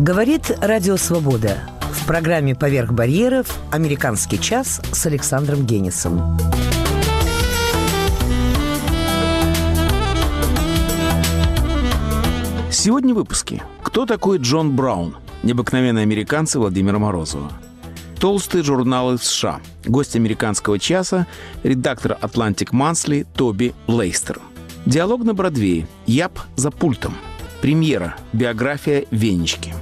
Говорит Радио Свобода. В программе «Поверх барьеров» «Американский час» с Александром Генисом. Сегодня в выпуске. Кто такой Джон Браун? Необыкновенные американцы Владимира Морозова. Толстые журналы в США. Гость «Американского часа» – редактор «Atlantic Monthly» Тоби Лейстер. Диалог на Бродвее. Яп за пультом. Премьера. Биография Венечки.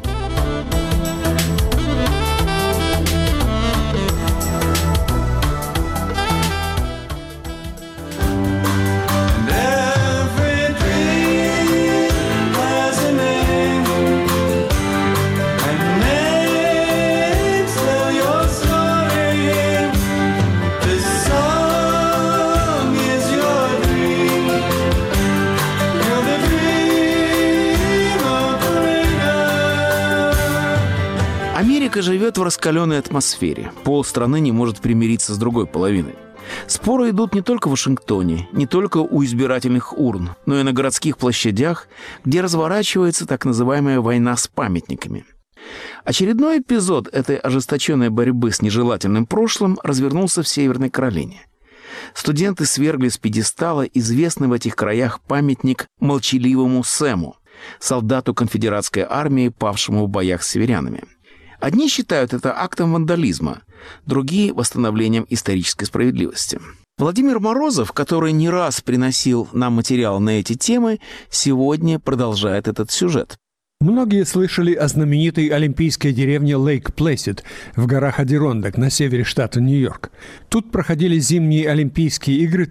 Америка живет в раскаленной атмосфере. Полстраны не может примириться с другой половиной. Споры идут не только в Вашингтоне, не только у избирательных урн, но и на городских площадях, где разворачивается так называемая война с памятниками. Очередной эпизод этой ожесточенной борьбы с нежелательным прошлым развернулся в Северной Каролине. Студенты свергли с пьедестала известный в этих краях памятник молчаливому Сэму, солдату конфедератской армии, павшему в боях с северянами. Одни считают это актом вандализма, другие – восстановлением исторической справедливости. Владимир Морозов, который не раз приносил нам материал на эти темы, сегодня продолжает этот сюжет. Многие слышали о знаменитой олимпийской деревне Лейк-Плэсид в горах Адирондак на севере штата Нью-Йорк. Тут проходили зимние Олимпийские игры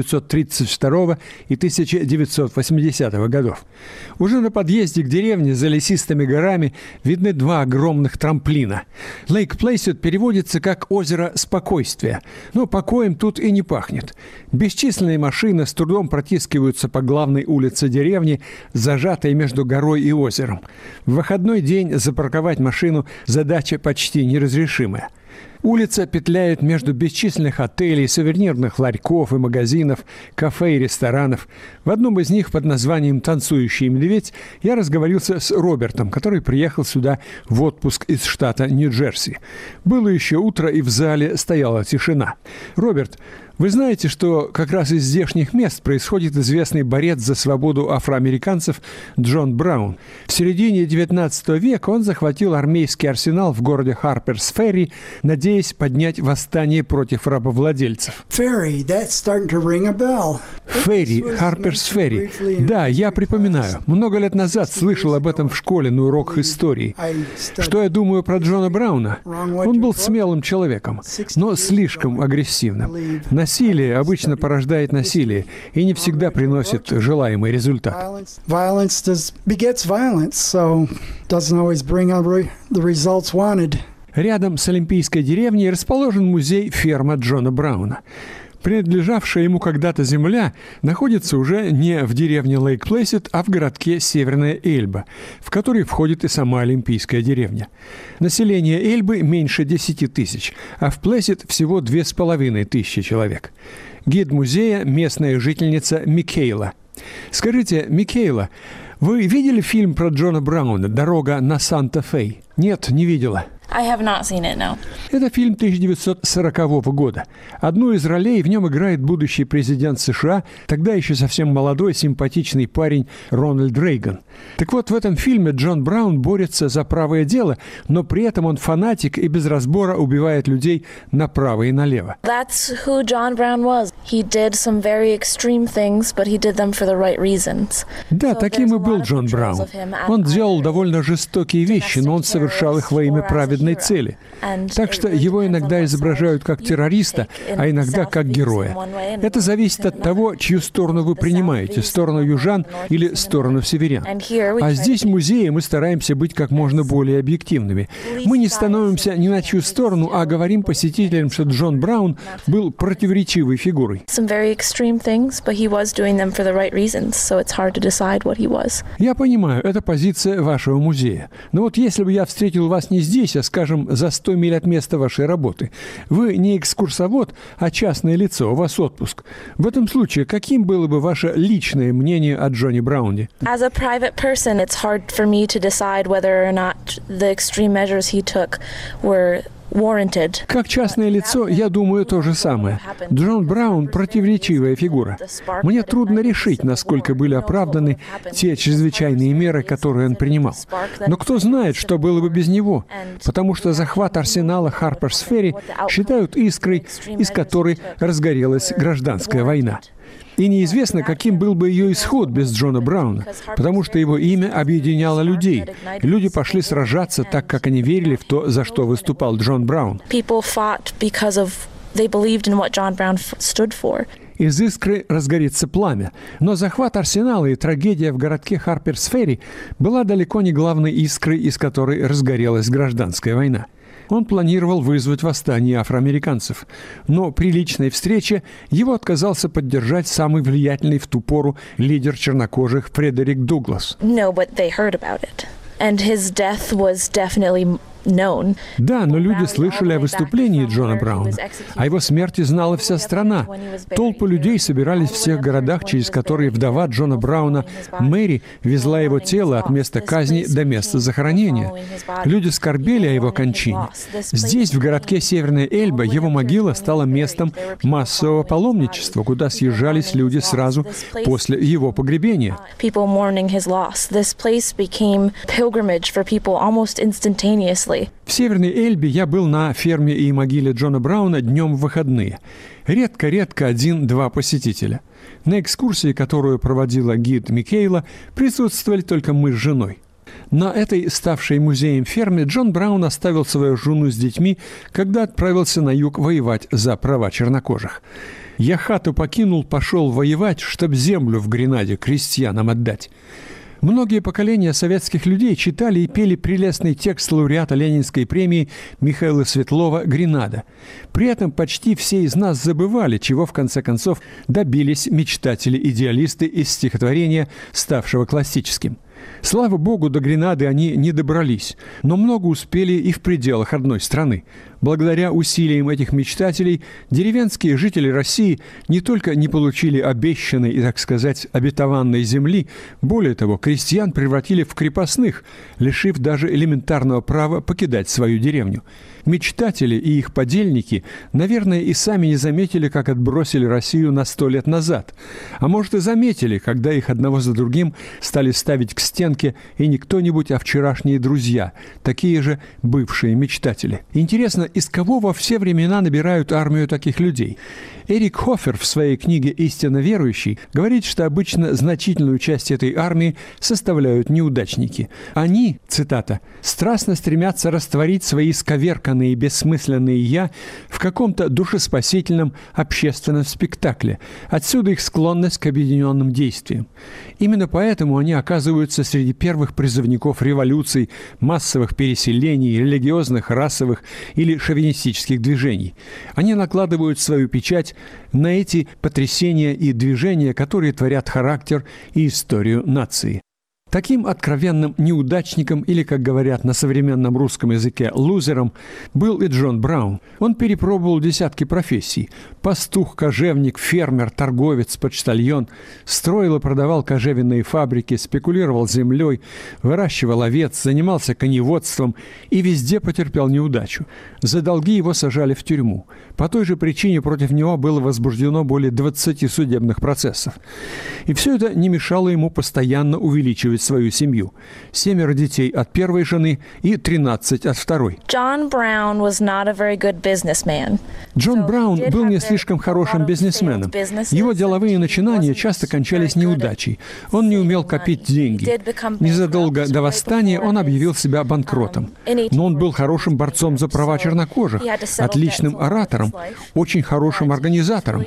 1932 и 1980 годов. Уже на подъезде к деревне за лесистыми горами видны два огромных трамплина. Лейк-Плэсид переводится как «озеро спокойствия», но покоем тут и не пахнет. Бесчисленные машины с трудом протискиваются по главной улице деревни, зажатой между горой и озером. В выходной день запарковать машину – задача почти неразрешимая. Улица петляет между бесчисленных отелей, сувенирных ларьков и магазинов, кафе и ресторанов. В одном из них под названием «Танцующий медведь» я разговорился с Робертом, который приехал сюда в отпуск из штата Нью-Джерси. Было еще утро, и в зале стояла тишина. «Роберт, вы знаете, что как раз из здешних мест происходит известный борец за свободу афроамериканцев Джон Браун? В середине XIX века он захватил армейский арсенал в городе Харперс-Ферри, надеясь поднять восстание против рабовладельцев. Ферри, Харперс-Ферри. Да, я припоминаю. Много лет назад слышал об этом в школе на уроках истории. Что я думаю про Джона Брауна? Он был смелым человеком, но слишком агрессивным. Насилие обычно порождает насилие и не всегда приносит желаемый результат. Рядом с Олимпийской деревней расположен музей «Ферма Джона Брауна». Принадлежавшая ему когда-то земля находится уже не в деревне Лейк-Плэсид, а в городке Северная Эльба, в который входит и сама Олимпийская деревня. Население Эльбы меньше 10 тысяч, а в Плэсид всего 2500 человек. Гид музея – местная жительница Микейла. Скажите, Микейла, вы видели фильм про Джона Брауна «Дорога на Санта-Фе»? Нет, не видела. I have not seen it, no. Это фильм 1940 года. Одну из ролей в нем играет будущий президент США, тогда еще совсем молодой, симпатичный парень Рональд Рейган. Так вот, в этом фильме Джон Браун борется за правое дело, но при этом он фанатик и без разбора убивает людей направо и налево. That's who John Brown was. He did some very extreme things, but he did them for the right reasons. Да, таким и был Джон Браун. Он делал довольно жестокие вещи, но он совершал их во имя праведной цели. Так что его иногда изображают как террориста, а иногда как героя. Это зависит от того, чью сторону вы принимаете, сторону южан или сторону северян. А здесь в музее мы стараемся быть как можно более объективными. Мы не становимся ни на чью сторону, а говорим посетителям, что Джон Браун был противоречивой фигурой. Я понимаю, это позиция вашего музея. Но вот если бы я встретил вас не здесь, а, скажем, за 100 миль от места вашей работы. Вы не экскурсовод, а частное лицо, у вас отпуск. В этом случае, каким было бы ваше личное мнение о Джонни Брауне? As a private person, it's hard for me to decide whether or not the extreme measures he took were warranted. Как частное лицо, я думаю то же самое. Джон Браун – противоречивая фигура. Мне трудно решить, насколько были оправданы те чрезвычайные меры, которые он принимал. Но кто знает, что было бы без него, потому что захват арсенала Харперс Ферри считают искрой, из которой разгорелась гражданская война. И неизвестно, каким был бы ее исход без Джона Брауна, потому что его имя объединяло людей. Люди пошли сражаться так, как они верили в то, за что выступал Джон Браун. Из искры разгорится пламя. Но захват арсенала и трагедия в городке Харперс-Ферри была далеко не главной искрой, из которой разгорелась гражданская война. Он планировал вызвать восстание афроамериканцев, но при личной встрече его отказался поддержать самый влиятельный в ту пору лидер чернокожих Фредерик Дуглас. Да, но люди слышали о выступлении Джона Брауна. О его смерти знала вся страна. Толпы людей собирались в всех городах, через которые вдова Джона Брауна, Мэри, везла его тело от места казни до места захоронения. Люди скорбели о его кончине. Здесь, в городке Северная Эльба, его могила стала местом массового паломничества, куда съезжались люди сразу после его погребения. В Северной Эльбе я был на ферме и могиле Джона Брауна днем в выходные. Редко-редко 1-2 посетителя. На экскурсии, которую проводила гид Микейла, присутствовали только мы с женой. На этой, ставшей музеем ферме, Джон Браун оставил свою жену с детьми, когда отправился на юг воевать за права чернокожих. «Я хату покинул, пошел воевать, чтоб землю в Гренаде крестьянам отдать». Многие поколения советских людей читали и пели прелестный текст лауреата Ленинской премии Михаила Светлова «Гренада». При этом почти все из нас забывали, чего в конце концов добились мечтатели-идеалисты из стихотворения, ставшего классическим. Слава богу, до Гренады они не добрались, но много успели и в пределах одной страны. Благодаря усилиям этих мечтателей деревенские жители России не только не получили обещанной и, так сказать, обетованной земли, более того, крестьян превратили в крепостных, лишив даже элементарного права покидать свою деревню. Мечтатели и их подельники, наверное, и сами не заметили, как отбросили Россию на 100 лет назад. А может, и заметили, когда их одного за другим стали ставить к стенке и не кто-нибудь, а вчерашние друзья, такие же бывшие мечтатели. Интересно, из кого во все времена набирают армию таких людей? Эрик Хофер в своей книге «Истинно верующий» говорит, что обычно значительную часть этой армии составляют неудачники. Они, цитата, «страстно стремятся растворить свои сковерканные и бессмысленные «я» в каком-то душеспасительном общественном спектакле. Отсюда их склонность к объединенным действиям. Именно поэтому они оказываются среди первых призывников революций, массовых переселений, религиозных, расовых или шовинистических движений. Они накладывают свою печать на эти потрясения и движения, которые творят характер и историю нации. Таким откровенным неудачником, или, как говорят на современном русском языке, лузером, был и Джон Браун. Он перепробовал десятки профессий. Пастух, кожевник, фермер, торговец, почтальон. Строил и продавал кожевенные фабрики, спекулировал землей, выращивал овец, занимался коневодством и везде потерпел неудачу. За долги его сажали в тюрьму. По той же причине против него было возбуждено более 20 судебных процессов. И все это не мешало ему постоянно увеличивать свою семью. 7 детей от первой жены и 13 от второй. Джон Браун был не слишком хорошим бизнесменом. Его деловые начинания часто кончались неудачей. Он не умел копить деньги. Незадолго до восстания он объявил себя банкротом. Но он был хорошим борцом за права чернокожих, отличным оратором, очень хорошим организатором.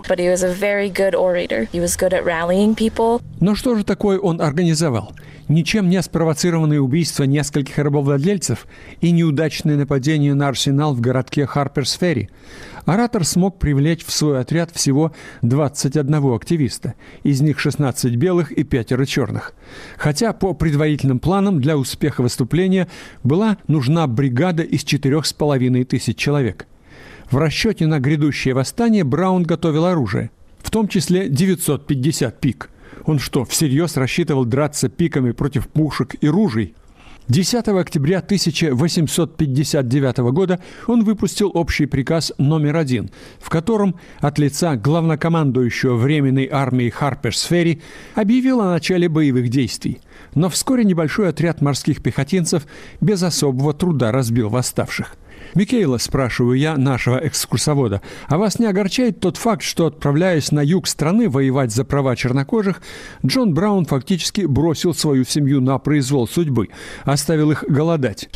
Но что же такое он организовал? Ничем не спровоцированное убийство нескольких рабовладельцев и неудачное нападение на арсенал в городке Харперс-Ферри. Оратор смог привлечь в свой отряд всего 21 активиста, из них 16 белых и 5 черных. Хотя по предварительным планам для успеха выступления была нужна бригада из 4500 человек. В расчете на грядущее восстание Браун готовил оружие, в том числе 950 пик. Он что, всерьез рассчитывал драться пиками против пушек и ружей? 10 октября 1859 года он выпустил общий приказ номер 1, в котором от лица главнокомандующего Временной армии Харперс Ферри объявил о начале боевых действий. Но вскоре небольшой отряд морских пехотинцев без особого труда разбил восставших. «Микейла, — спрашиваю я нашего экскурсовода, — а вас не огорчает тот факт, что, отправляясь на юг страны воевать за права чернокожих, Джон Браун фактически бросил свою семью на произвол судьбы, оставил их голодать?»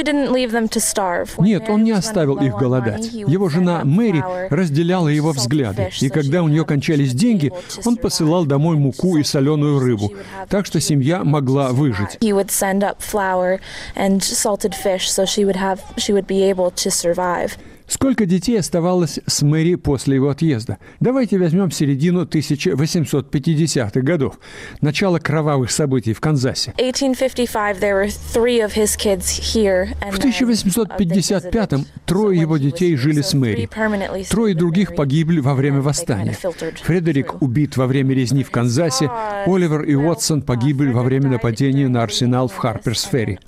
Нет, он не оставил их голодать. Его жена Мэри разделяла его взгляды, и когда у нее кончались деньги, он посылал домой муку и соленую рыбу, так что семья могла выжить. Сколько детей оставалось с Мэри после его отъезда? Давайте возьмем середину 1850-х годов, начало кровавых событий в Канзасе. В 1855-м 3 его детей жили с Мэри. 3 других погибли во время восстания. Фредерик убит во время резни в Канзасе, Оливер и Уотсон погибли во время нападения на арсенал в Харперс-Ферри.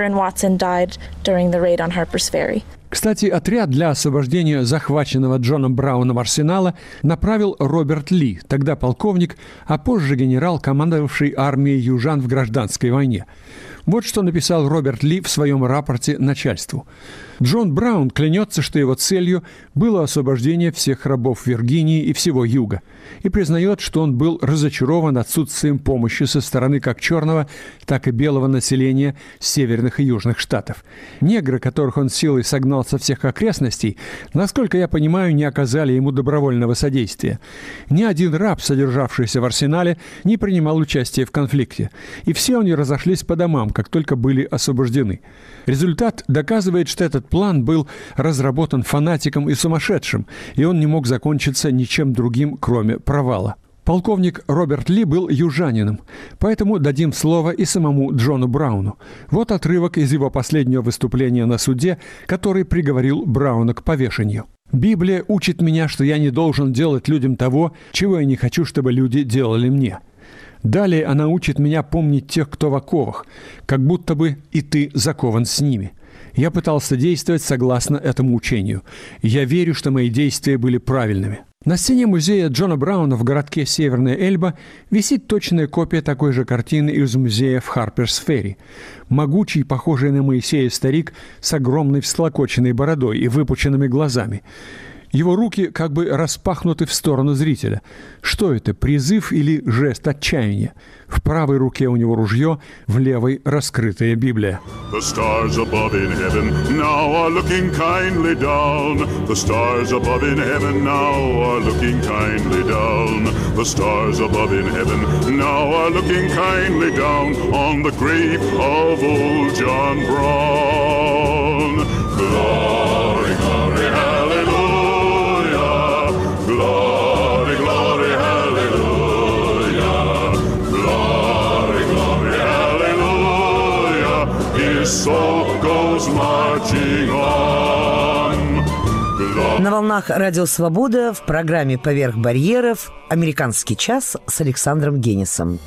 Кстати, отряд для освобождения захваченного Джоном Брауном арсенала направил Роберт Ли, тогда полковник, а позже генерал, командовавший армией южан в гражданской войне. Вот что написал Роберт Ли в своем рапорте начальству. Джон Браун клянется, что его целью было освобождение всех рабов Виргинии и всего Юга, и признает, что он был разочарован отсутствием помощи со стороны как черного, так и белого населения северных и южных штатов. Негры, которых он силой согнал со всех окрестностей, насколько я понимаю, не оказали ему добровольного содействия. Ни один раб, содержавшийся в арсенале, не принимал участия в конфликте, и все они разошлись по домам, как только были освобождены. Результат доказывает, что этот план был разработан фанатиком и сумасшедшим, и он не мог закончиться ничем другим, кроме провала. Полковник Роберт Ли был южанином, поэтому дадим слово и самому Джону Брауну. Вот отрывок из его последнего выступления на суде, который приговорил Брауна к повешению. «Библия учит меня, что я не должен делать людям того, чего я не хочу, чтобы люди делали мне. Далее она учит меня помнить тех, кто в оковах, как будто бы и ты закован с ними. Я пытался действовать согласно этому учению. Я верю, что мои действия были правильными». На стене музея Джона Брауна в городке Северная Эльба висит точная копия такой же картины из музея в Харперс-Ферри. Могучий, похожий на Моисея старик с огромной всклокоченной бородой и выпученными глазами. Его руки как бы распахнуты в сторону зрителя. Что это, призыв или жест отчаяния? В правой руке у него ружье, в левой раскрытая Библия. The stars above in heaven now are looking kindly down. The stars above in heaven now are looking kindly down. The stars above in heaven now are looking kindly down on the grave of old John Brown. Glory, glory, hallelujah. Glory, glory, hallelujah. Glory, glory, hallelujah. His soul goes marching on. На волнах Радио Свобода в программе «Поверх барьеров» «Американский час» с Александром Генисом.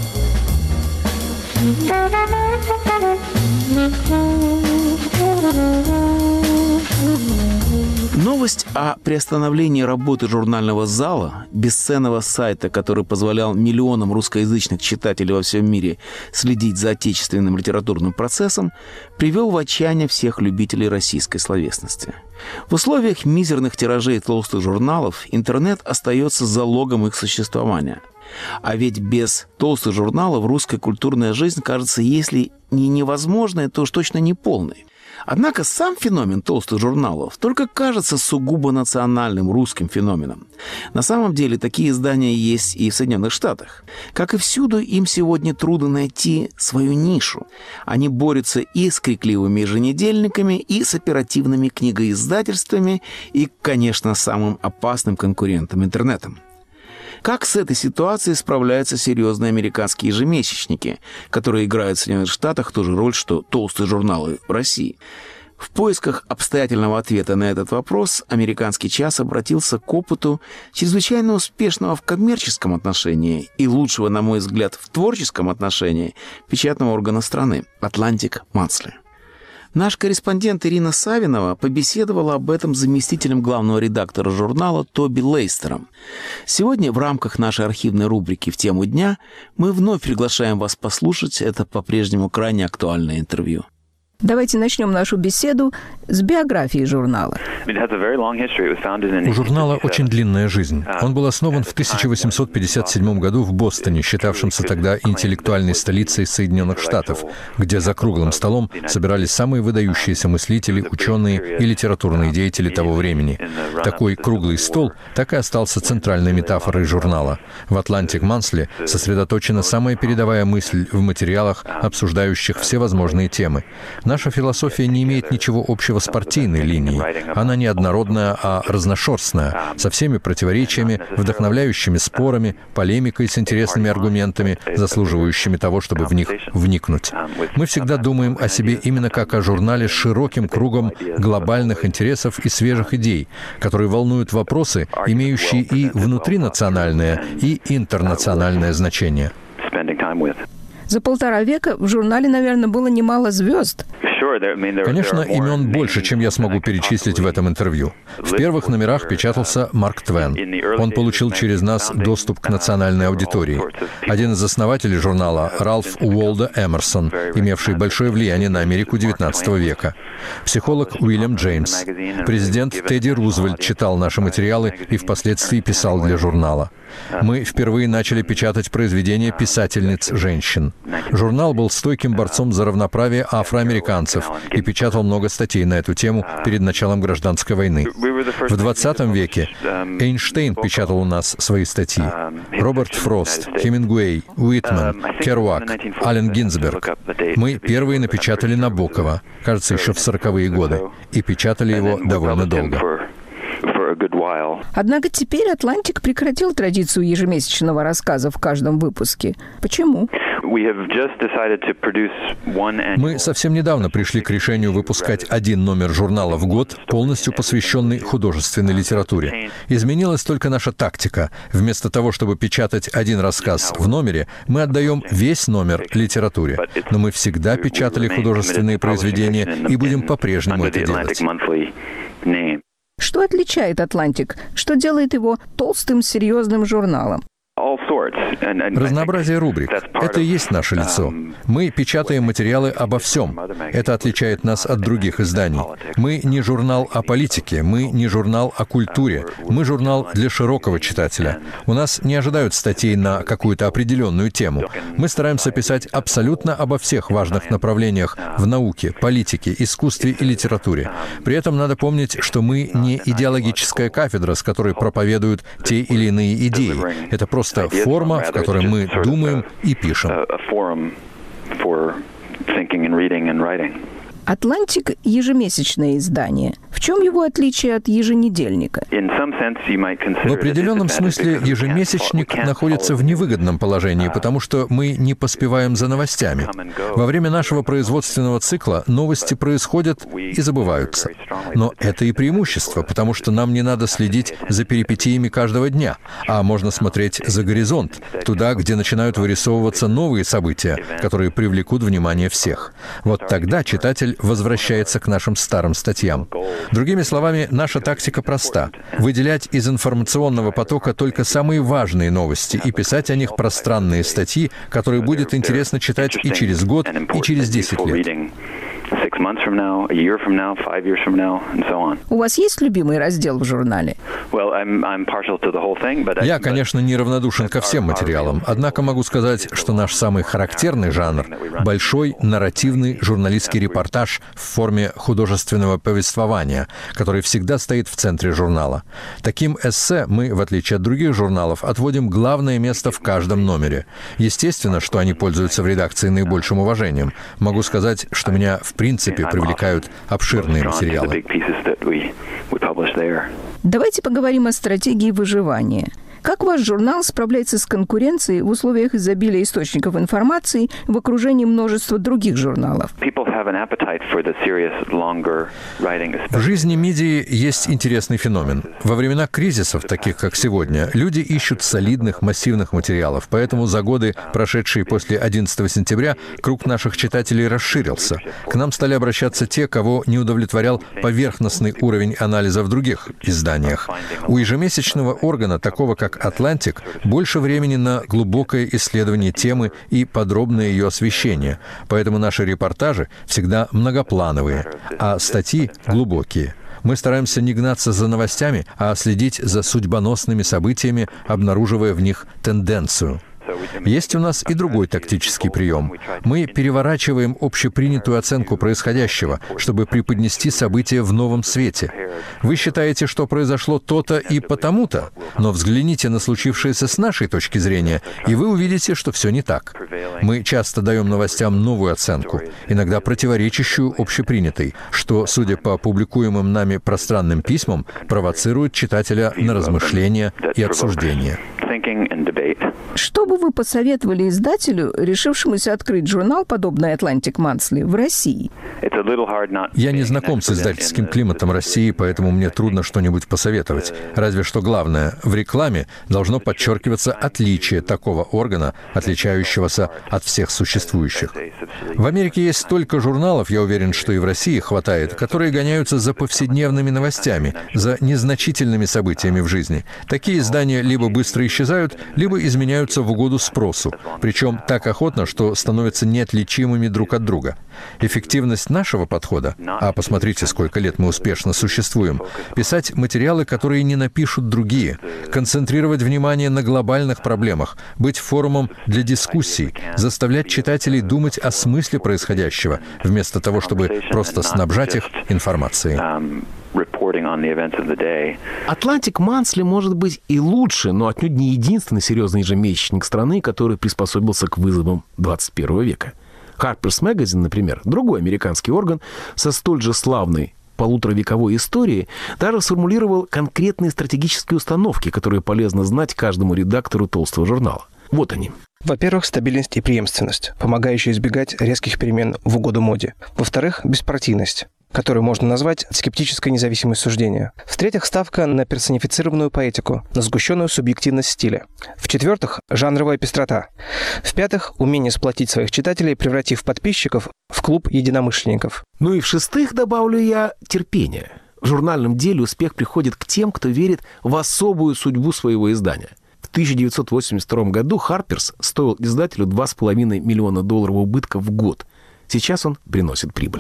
Новость о приостановлении работы журнального зала, бесценного сайта, который позволял миллионам русскоязычных читателей во всем мире следить за отечественным литературным процессом, привел в отчаяние всех любителей российской словесности. В условиях мизерных тиражей толстых журналов интернет остается залогом их существования. А ведь без толстых журналов русская культурная жизнь кажется, если не невозможной, то уж точно не полной. Однако сам феномен толстых журналов только кажется сугубо национальным русским феноменом. На самом деле такие издания есть и в Соединенных Штатах. Как и всюду, им сегодня трудно найти свою нишу. Они борются и с крикливыми еженедельниками, и с оперативными книгоиздательствами, и, конечно, самым опасным конкурентом – интернетом. Как с этой ситуацией справляются серьезные американские ежемесячники, которые играют в Соединенных Штатах ту же роль, что толстые журналы в России? В поисках обстоятельного ответа на этот вопрос «Американский час» обратился к опыту чрезвычайно успешного в коммерческом отношении и лучшего, на мой взгляд, в творческом отношении печатного органа страны – «Atlantic Monthly». Наш корреспондент Ирина Савинова побеседовала об этом с заместителем главного редактора журнала Тоби Лейстером. Сегодня в рамках нашей архивной рубрики «В тему дня» мы вновь приглашаем вас послушать это по-прежнему крайне актуальное интервью. Давайте начнем нашу беседу с биографии журнала. У журнала очень длинная жизнь. Он был основан в 1857 году в Бостоне, считавшемся тогда интеллектуальной столицей Соединенных Штатов, где за круглым столом собирались самые выдающиеся мыслители, ученые и литературные деятели того времени. Такой круглый стол так и остался центральной метафорой журнала. В «Atlantic Monthly» сосредоточена самая передовая мысль в материалах, обсуждающих всевозможные темы. Наша философия не имеет ничего общего с партийной линией. Она не однородная, а разношерстная, со всеми противоречиями, вдохновляющими спорами, полемикой с интересными аргументами, заслуживающими того, чтобы в них вникнуть. Мы всегда думаем о себе именно как о журнале с широким кругом глобальных интересов и свежих идей, которые волнуют вопросы, имеющие и внутринациональное, и интернациональное значение. За 1,5 века в журнале, наверное, было немало звезд. Конечно, имен больше, чем я смогу перечислить в этом интервью. В первых номерах печатался Марк Твен. Он получил через нас доступ к национальной аудитории. Один из основателей журнала – Ральф Уолдо Эмерсон, имевший большое влияние на Америку XIX века. Психолог Уильям Джеймс. Президент Тедди Рузвельт читал наши материалы и впоследствии писал для журнала. Мы впервые начали печатать произведения писательниц-женщин. Журнал был стойким борцом за равноправие афроамериканцев и печатал много статей на эту тему перед началом гражданской войны. В 20 веке Эйнштейн печатал у нас свои статьи. Роберт Фрост, Хемингуэй, Уитмен, Керуак, Аллен Гинзберг. Мы первые напечатали Набокова, кажется, еще в 40-е годы, и печатали его довольно долго. Однако теперь «Атлантик» прекратил традицию ежемесячного рассказа в каждом выпуске. Почему? Мы совсем недавно пришли к решению выпускать один номер журнала в год, полностью посвященный художественной литературе. Изменилась только наша тактика. Вместо того, чтобы печатать один рассказ в номере, мы отдаем весь номер литературе. Но мы всегда печатали художественные произведения и будем по-прежнему это делать. Что отличает «Атлантик»? Что делает его толстым, серьезным журналом? Разнообразие рубрик – это и есть наше лицо. Мы печатаем материалы обо всем. Это отличает нас от других изданий. Мы не журнал о политике, мы не журнал о культуре. Мы журнал для широкого читателя. У нас не ожидают статей на какую-то определенную тему. Мы стараемся писать абсолютно обо всех важных направлениях в науке, политике, искусстве и литературе. При этом надо помнить, что мы не идеологическая кафедра, с которой проповедуют те или иные идеи. Это просто форма, в которой мы думаем и пишем. «Атлантик» — ежемесячное издание. В чем его отличие от еженедельника? В определенном смысле ежемесячник находится в невыгодном положении, потому что мы не поспеваем за новостями. Во время нашего производственного цикла новости происходят и забываются. Но это и преимущество, потому что нам не надо следить за перипетиями каждого дня, а можно смотреть за горизонт, туда, где начинают вырисовываться новые события, которые привлекут внимание всех. Вот тогда читатель возвращается к нашим старым статьям. Другими словами, наша тактика проста – выделять из информационного потока только самые важные новости и писать о них пространные статьи, которые будет интересно читать и через год, и через 10 лет. У вас есть любимый раздел в журнале? Я, конечно, неравнодушен ко всем материалам, однако могу сказать, что наш самый характерный жанр – большой нарративный журналистский репортаж в форме художественного повествования, который всегда стоит в центре журнала. Таким эссе мы, в отличие от других журналов, отводим главное место в каждом номере. Естественно, что они пользуются в редакции наибольшим уважением. Могу сказать, что меня в принципе привлекают обширные материалы. Давайте поговорим о стратегии выживания. Как ваш журнал справляется с конкуренцией в условиях изобилия источников информации в окружении множества других журналов? В жизни медиа есть интересный феномен. Во времена кризисов, таких как сегодня, люди ищут солидных, массивных материалов, поэтому за годы, прошедшие после 11 сентября, круг наших читателей расширился. К нам стали обращаться те, кого не удовлетворял поверхностный уровень анализа в других изданиях. У ежемесячного органа, такого как «Атлантик», больше времени на глубокое исследование темы и подробное ее освещение, поэтому наши репортажи всегда многоплановые, а статьи глубокие. Мы стараемся не гнаться за новостями, а следить за судьбоносными событиями, обнаруживая в них тенденцию. Есть у нас и другой тактический прием. Мы переворачиваем общепринятую оценку происходящего, чтобы преподнести события в новом свете. Вы считаете, что произошло то-то и потому-то, но взгляните на случившееся с нашей точки зрения, и вы увидите, что все не так. Мы часто даем новостям новую оценку, иногда противоречащую общепринятой, что, судя по публикуемым нами пространным письмам, провоцирует читателя на размышления и обсуждения. Что бы вы посоветовали издателю, решившемуся открыть журнал, подобный «Atlantic Monthly», в России? Я не знаком с издательским климатом России, поэтому мне трудно что-нибудь посоветовать. Разве что главное, в рекламе должно подчеркиваться отличие такого органа, отличающегося от всех существующих. В Америке есть столько журналов, я уверен, что и в России хватает, которые гоняются за повседневными новостями, за незначительными событиями в жизни. Такие издания либо быстро исчезают, либо изменяются в угоду спросу, причем так охотно, что становятся неотличимыми друг от друга. Эффективность нашего подхода, а посмотрите, сколько лет мы успешно существуем, писать материалы, которые не напишут другие, концентрировать внимание на глобальных проблемах, быть форумом для дискуссий, заставлять читателей думать о смысле происходящего, вместо того, чтобы просто снабжать их информацией. «Atlantic Monthly» может быть и лучше, но отнюдь не единственный серьезный ежемесячник страны, который приспособился к вызовам 21 века. Harper's Magazine, например, другой американский орган со столь же славной полуторавековой историей, даже сформулировал конкретные стратегические установки, которые полезно знать каждому редактору толстого журнала. Вот они. Во-первых, стабильность и преемственность, помогающие избегать резких перемен в угоду моде. Во-вторых, беспартийность, которую можно назвать скептической независимость суждения. В-третьих, ставка на персонифицированную поэтику, на сгущенную субъективность стиля. В-четвертых, жанровая пестрота. В-пятых, умение сплотить своих читателей, превратив подписчиков в клуб единомышленников. Ну и в-шестых, добавлю я, терпение. В журнальном деле успех приходит к тем, кто верит в особую судьбу своего издания. В 1982 году Harper's стоил издателю $2,5 миллиона убытка в год. Сейчас он приносит прибыль.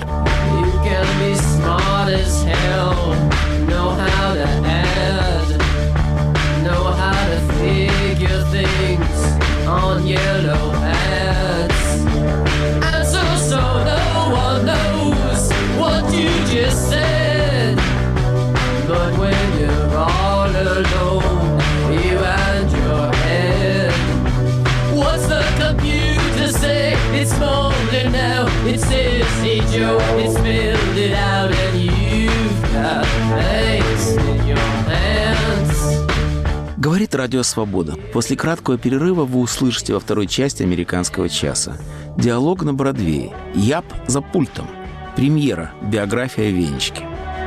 It says, hey Joe, it spilled it out and you've got eggs in your hands. Говорит Радио Свобода. После краткого перерыва вы услышите во второй части «Американского часа» диалог на Бродвее. Яп за пультом. Премьера. Биография Венечки.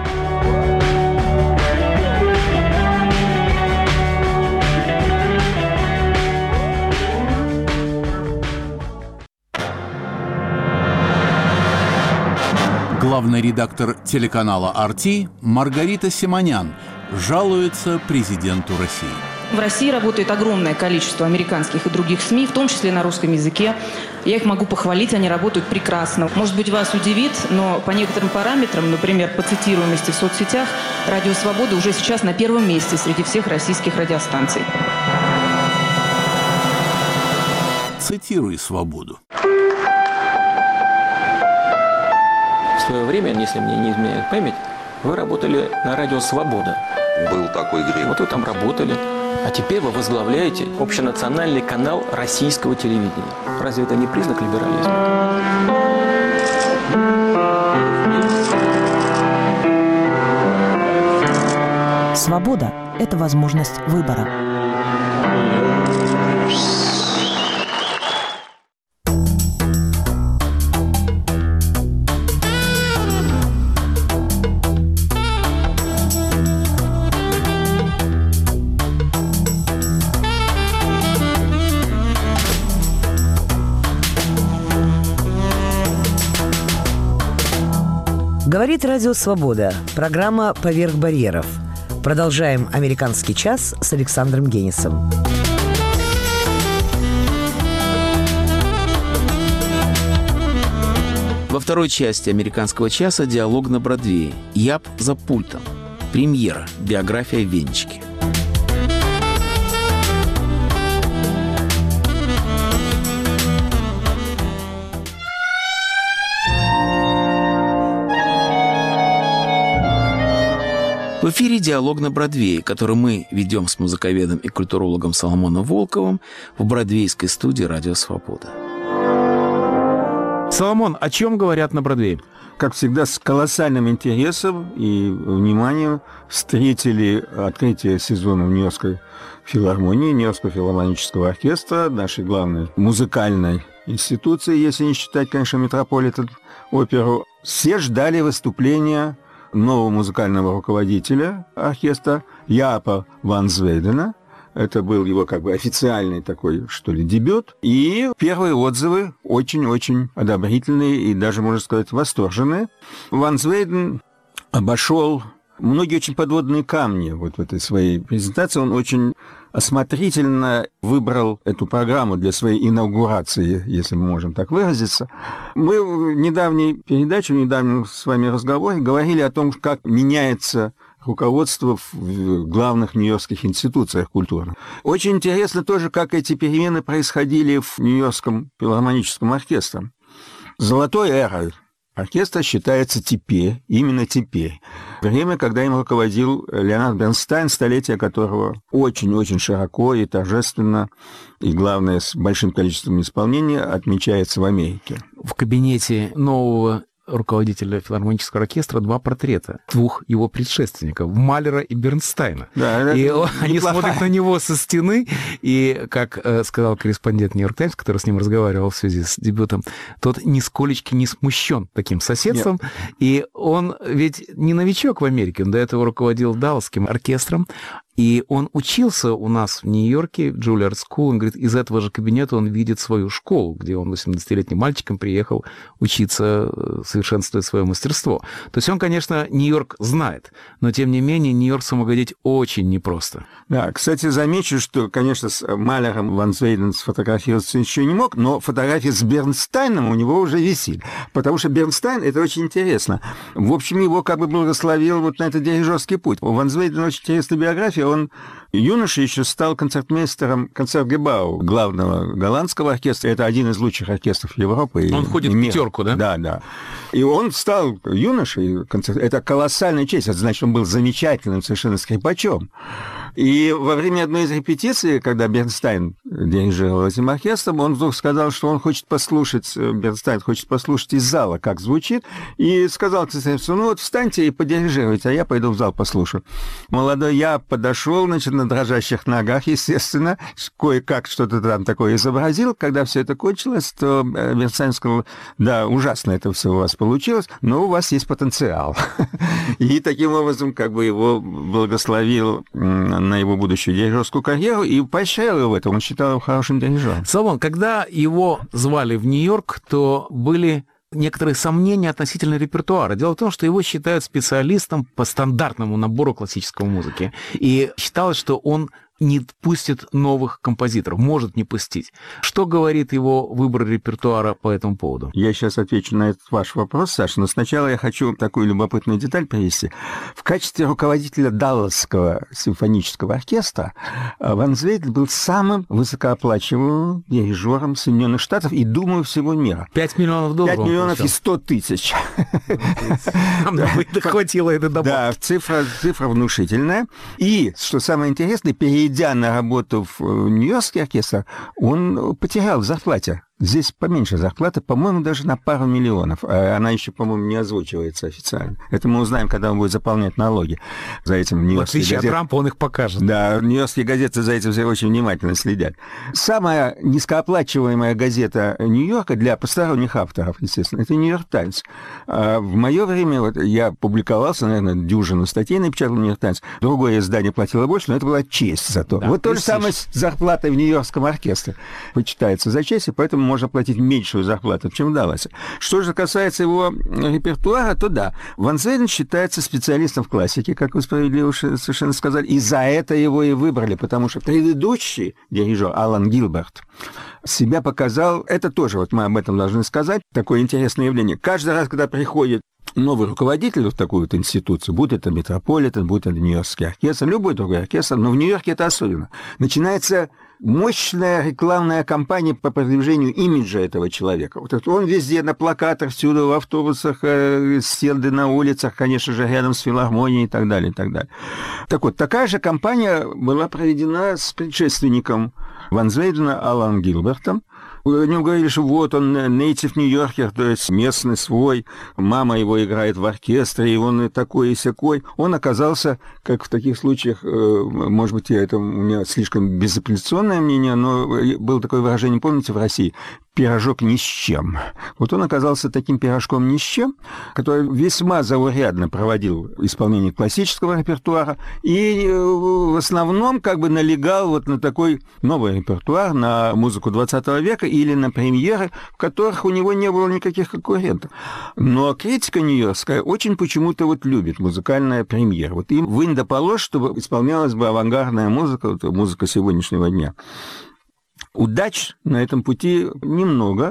Главный редактор телеканала RT Маргарита Симонян жалуется президенту России. В России работает огромное количество американских и других СМИ, в том числе на русском языке. Я их могу похвалить, они работают прекрасно. Может быть, вас удивит, но по некоторым параметрам, например, по цитируемости в соцсетях, «Радио Свобода» уже сейчас на первом месте среди всех российских радиостанций. Цитируй «Свободу». В свое время, если мне не изменяет память, вы работали на радио «Свобода». Был такой грех. Вот вы там работали. А теперь вы возглавляете общенациональный канал российского телевидения. Разве это не признак либерализма? Свобода – это возможность выбора. Говорит Радио Свобода. Программа «Поверх барьеров». Продолжаем «Американский час» с Александром Генисом. Во второй части «Американского часа» диалог на Бродвее. «Я б за пультом». Премьера. Биография Венечки. В эфире «Диалог на Бродвее», который мы ведем с музыковедом и культурологом Соломоном Волковым в бродвейской студии «Радио Свобода». Соломон, о чем говорят на Бродвее? Как всегда, с колоссальным интересом и вниманием встретили открытие сезона в Нью-Йоркской филармонии, Нью-Йоркского филармонического оркестра, нашей главной музыкальной институции, если не считать, конечно, Метрополитен-оперу. Все ждали выступления нового музыкального руководителя оркестра Яапа ван Звейдена. Это был его как бы официальный такой, что ли, дебют. И первые отзывы очень-очень одобрительные и даже, можно сказать, восторженные. Ван Звейден обошел многие очень подводные камни вот в этой своей презентации. Он очень осмотрительно выбрал эту программу для своей инаугурации, если мы можем так выразиться. Мы в недавней передаче, в недавнем с вами разговоре говорили о том, как меняется руководство в главных нью-йоркских институциях культурных. Очень интересно тоже, как эти перемены происходили в Нью-Йоркском филармоническом оркестре. Золотой эрой оркестра считается теперь, именно теперь. Время, когда им руководил Леонард Бернстайн, столетие которого очень-очень широко и торжественно, и, главное, с большим количеством исполнения отмечается в Америке. В кабинете нового руководителя филармонического оркестра два портрета двух его предшественников, Малера и Бернстайна. Да, и они смотрят на него со стены, и, как сказал корреспондент «Нью-Йорк Таймс», который с ним разговаривал в связи с дебютом, тот нисколечки не смущен таким соседством. Нет. И он ведь не новичок в Америке, он до этого руководил Далласским оркестром, и он учился у нас в Нью-Йорке, в Juilliard School. Он говорит, из этого же кабинета он видит свою школу, где он 18-летним мальчиком приехал учиться, совершенствовать свое мастерство. То есть он, конечно, Нью-Йорк знает, но, тем не менее, нью-йоркцам угодить очень непросто. Да, кстати, замечу, что, конечно, с Малером ван Звейден сфотографироваться еще не мог, но фотографии с Бернстайном у него уже висели. Потому что Бернстайн, это очень интересно. В общем, его как бы благословил вот на этот дирижерский путь. У ван Звейдена очень интересная биография. Он юноша еще стал концертмейстером Концертгебау, главного голландского оркестра. Это один из лучших оркестров Европы. Он ходит в пятерку, да? Да, да. И он стал юношей. Это колоссальная честь. Это значит, он был замечательным совершенно скрипачом. И во время одной из репетиций, когда Бернстайн дирижировал этим оркестром, он вдруг сказал, что он хочет послушать, Бернстайн хочет послушать из зала, как звучит, и сказал концертмейстеру, ну вот встаньте и подирижируйте, а я пойду в зал послушаю. Молодой я подошел, значит, на дрожащих ногах, естественно, кое-как что-то там такое изобразил. Когда все это кончилось, то Бернстайн сказал, да, ужасно это все у вас получилось, но у вас есть потенциал. И таким образом как бы его благословил на его будущую дирижерскую карьеру и поощрял его в этом. Он считал его хорошим дирижером. Соломон, когда его звали в Нью-Йорк, то были некоторые сомнения относительно репертуара. Дело в том, что его считают специалистом по стандартному набору классической музыки. И считалось, что он не пустит новых композиторов, может не пустить. Что говорит его выбор репертуара по этому поводу? Я сейчас отвечу на этот ваш вопрос, Саша, но сначала я хочу такую любопытную деталь привести. В качестве руководителя Далласского симфонического оркестра Ван Звейдел был самым высокооплачиваемым дирижером Соединенных Штатов и, думаю, всего мира. 5 миллионов долларов. 5 миллионов и 100 тысяч. Нам хватило это добавки. Да, цифра внушительная. И, что самое интересное, перейдя на работу в Нью-Йоркский оркестр, он потерял в зарплате. Здесь поменьше зарплаты, по-моему, даже на пару миллионов. Она еще, по-моему, не озвучивается официально. Это мы узнаем, когда он будет заполнять налоги. За этим Нью-Йоркские газеты. В отличие от Трампа, он их покажет. Да, Нью-Йоркские газеты за этим все очень внимательно следят. Самая низкооплачиваемая газета Нью-Йорка для посторонних авторов, естественно, это «Нью-Йорк Таймс». В мое время вот, я публиковался, наверное, дюжину статей напечатал в «Нью-Йорк Таймс». Другое издание платило больше, но это была честь зато. Да, вот то же самое с зарплатой в Нью-Йоркском оркестре. Почитается за честь, и поэтому можно платить меньшую зарплату, чем в Далласе. Что же касается его репертуара, то да, Ван Звейдел считается специалистом в классике, как вы справедливо совершенно сказали, и за это его и выбрали, потому что предыдущий дирижер Алан Гилберт себя показал, это тоже, вот мы об этом должны сказать, такое интересное явление. Каждый раз, когда приходит новый руководитель в такую вот институцию, будь это Метрополитен, будь это Нью-Йоркский оркестр, любой другой оркестр, но в Нью-Йорке это особенно, начинается мощная рекламная кампания по продвижению имиджа этого человека. Вот он везде, на плакатах, всюду, в автобусах, стенды на улицах, конечно же, рядом с филармонией и так далее, и так далее. Так вот, такая же кампания была проведена с предшественником Ван Звейдена Аланом Гилбертом. О нем говорили, что вот он native нью-йоркер, то есть местный свой, мама его играет в оркестре, и он такой и сякой. Он оказался, как в таких случаях, может быть, у меня слишком безапелляционное мнение, но было такое выражение, помните, в России, пирожок ни с чем. Вот он оказался таким пирожком ни с чем, который весьма заурядно проводил исполнение классического репертуара и в основном как бы налегал вот на такой новый репертуар, на музыку 20 века или на премьеры, в которых у него не было никаких конкурентов. Но критика нью-йоркская очень почему-то вот любит музыкальная премьера. Вот им вынь да положь, чтобы исполнялась бы авангардная музыка, вот, музыка сегодняшнего дня. Удач на этом пути немного,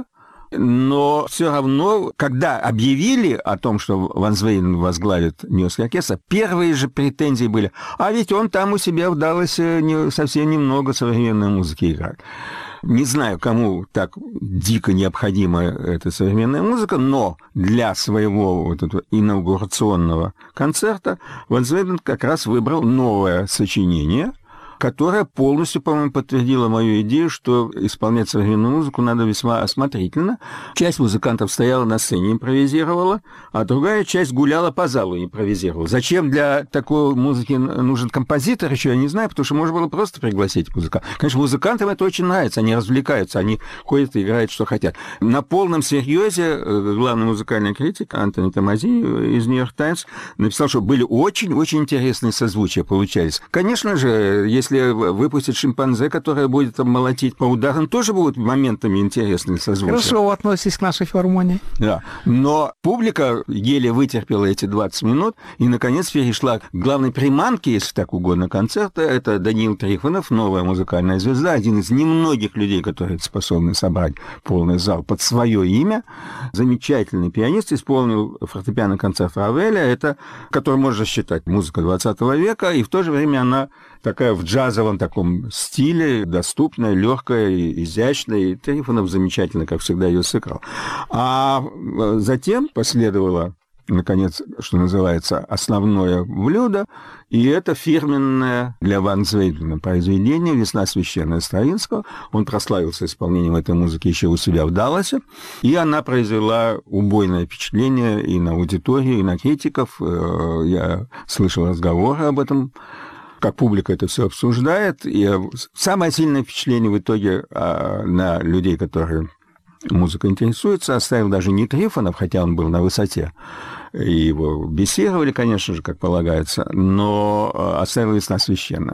но все равно, когда объявили о том, что Ван Звейден возглавит Нью-Йоркский оркестр, первые же претензии были, а ведь он там у себя в Далласе совсем немного современной музыки играет. Не знаю, кому так дико необходима эта современная музыка, но для своего вот этого инаугурационного концерта Ван Звейден как раз выбрал новое сочинение, которая полностью, по-моему, подтвердила мою идею, что исполнять современную музыку надо весьма осмотрительно. Часть музыкантов стояла на сцене, импровизировала, а другая часть гуляла по залу, импровизировала. Зачем для такой музыки нужен композитор, еще я не знаю, потому что можно было просто пригласить музыкантов. Конечно, музыкантам это очень нравится, они развлекаются, они ходят и играют, что хотят. На полном серьезе главный музыкальный критик Антони Томазини из «Нью-Йорк Таймс» написал, что были очень-очень интересные созвучия получались. Конечно же, если выпустят «Шимпанзе», которая будет там молотить по ударам, тоже будут моментами интересные созвучия. Хорошо вы относитесь к нашей филармонии. Да. Но публика еле вытерпела эти 20 минут и, наконец, перешла к главной приманке, если так угодно, концерта. Это Даниил Трифонов, новая музыкальная звезда, один из немногих людей, которые способны собрать полный зал под свое имя. Замечательный пианист, исполнил фортепиано-концерт Равеля, это, который можно считать музыка 20 века, и в то же время она такая в джазовом таком стиле, доступная, легкая, изящная, и Трифонов замечательно, как всегда, ее сыграл. А затем последовало, наконец, что называется, основное блюдо, и это фирменное для Ван Звейдена произведение «Весна священная» Стравинского. Он прославился исполнением этой музыки еще у себя в Далласе, и она произвела убойное впечатление и на аудиторию, и на критиков. Я слышал разговоры об этом, как публика это все обсуждает. И самое сильное впечатление в итоге на людей, которые музыкой интересуются, оставил даже не Трифонов, хотя он был на высоте, и его бесировали, конечно же, как полагается, но оставила «Весна священная».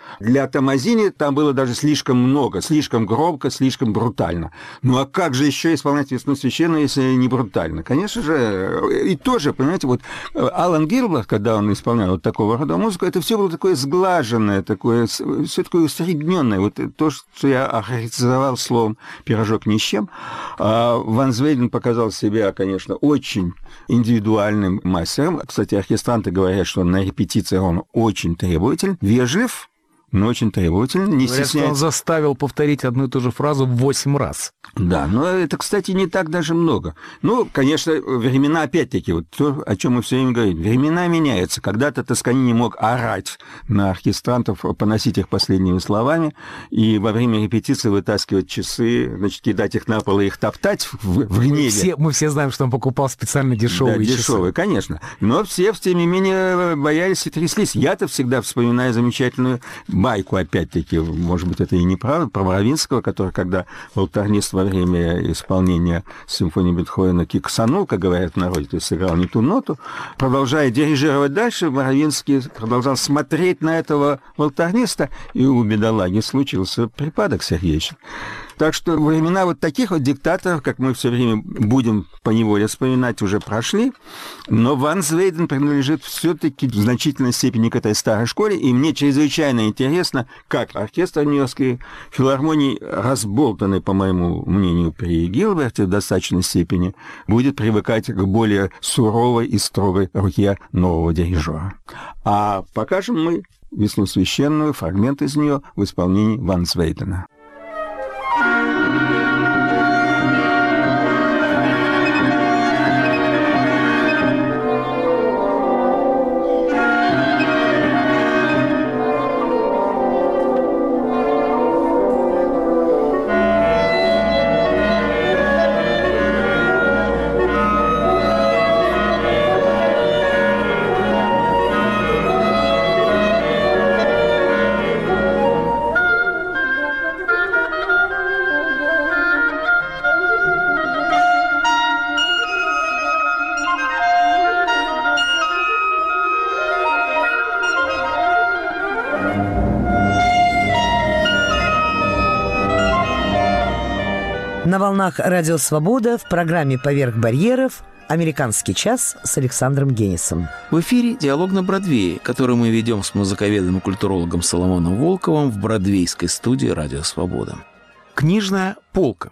Для Томмазини там было даже слишком много, слишком громко, слишком брутально. Ну а как же еще исполнять «Весну священную», если не брутально? Конечно же, и тоже, понимаете, вот Алан Гилберт, когда он исполнял вот такого рода музыку, это все было такое сглаженное, такое, все такое усредненное. Вот то, что я охарактеризовал словом «пирожок ни с чем». А Ван Звейден показал себя, конечно, очень индивидуальным мастером. Кстати, оркестранты говорят, что на репетициях он очень требователь, вежлив, но очень требовательный, не стесняется. Он заставил повторить одну и ту же фразу 8 раз. Да, но это, кстати, не так даже много. Ну, конечно, времена, опять-таки, вот то, о чем мы все время говорим, времена меняются. Когда-то Тосканини мог орать на оркестрантов, поносить их последними словами, и во время репетиции вытаскивать часы, значит, кидать их на пол и их топтать в гневе. Мы все знаем, что он покупал специально дешевые часы. Да, дешевые, конечно. Но все, тем не менее, боялись и тряслись. Я-то всегда вспоминаю замечательную байку, опять-таки, может быть, это и неправда, про Боровинского, который, когда волторнист во время исполнения симфонии Бетховена киксанул, как говорят в народе, то есть сыграл не ту ноту, продолжая дирижировать дальше, Боровинский продолжал смотреть на этого волторниста, и у бедолаги случился припадок сердечный. Так что времена вот таких вот диктаторов, как мы все время будем поневоле вспоминать, уже прошли. Но Ван Звейден принадлежит все-таки в значительной степени к этой старой школе. И мне чрезвычайно интересно, как оркестр Нью-Йоркской филармонии, разболтанный, по моему мнению, при Гилберте в достаточной степени, будет привыкать к более суровой и строгой руке нового дирижера. А покажем мы «Весну священную», фрагмент из нее в исполнении Ван Звейдена. На волнах «Радио Свобода» в программе «Поверх барьеров» «Американский час» с Александром Генисом. В эфире «Диалог на Бродвее», который мы ведем с музыковедом и культурологом Соломоном Волковым в бродвейской студии «Радио Свобода». Книжная полка.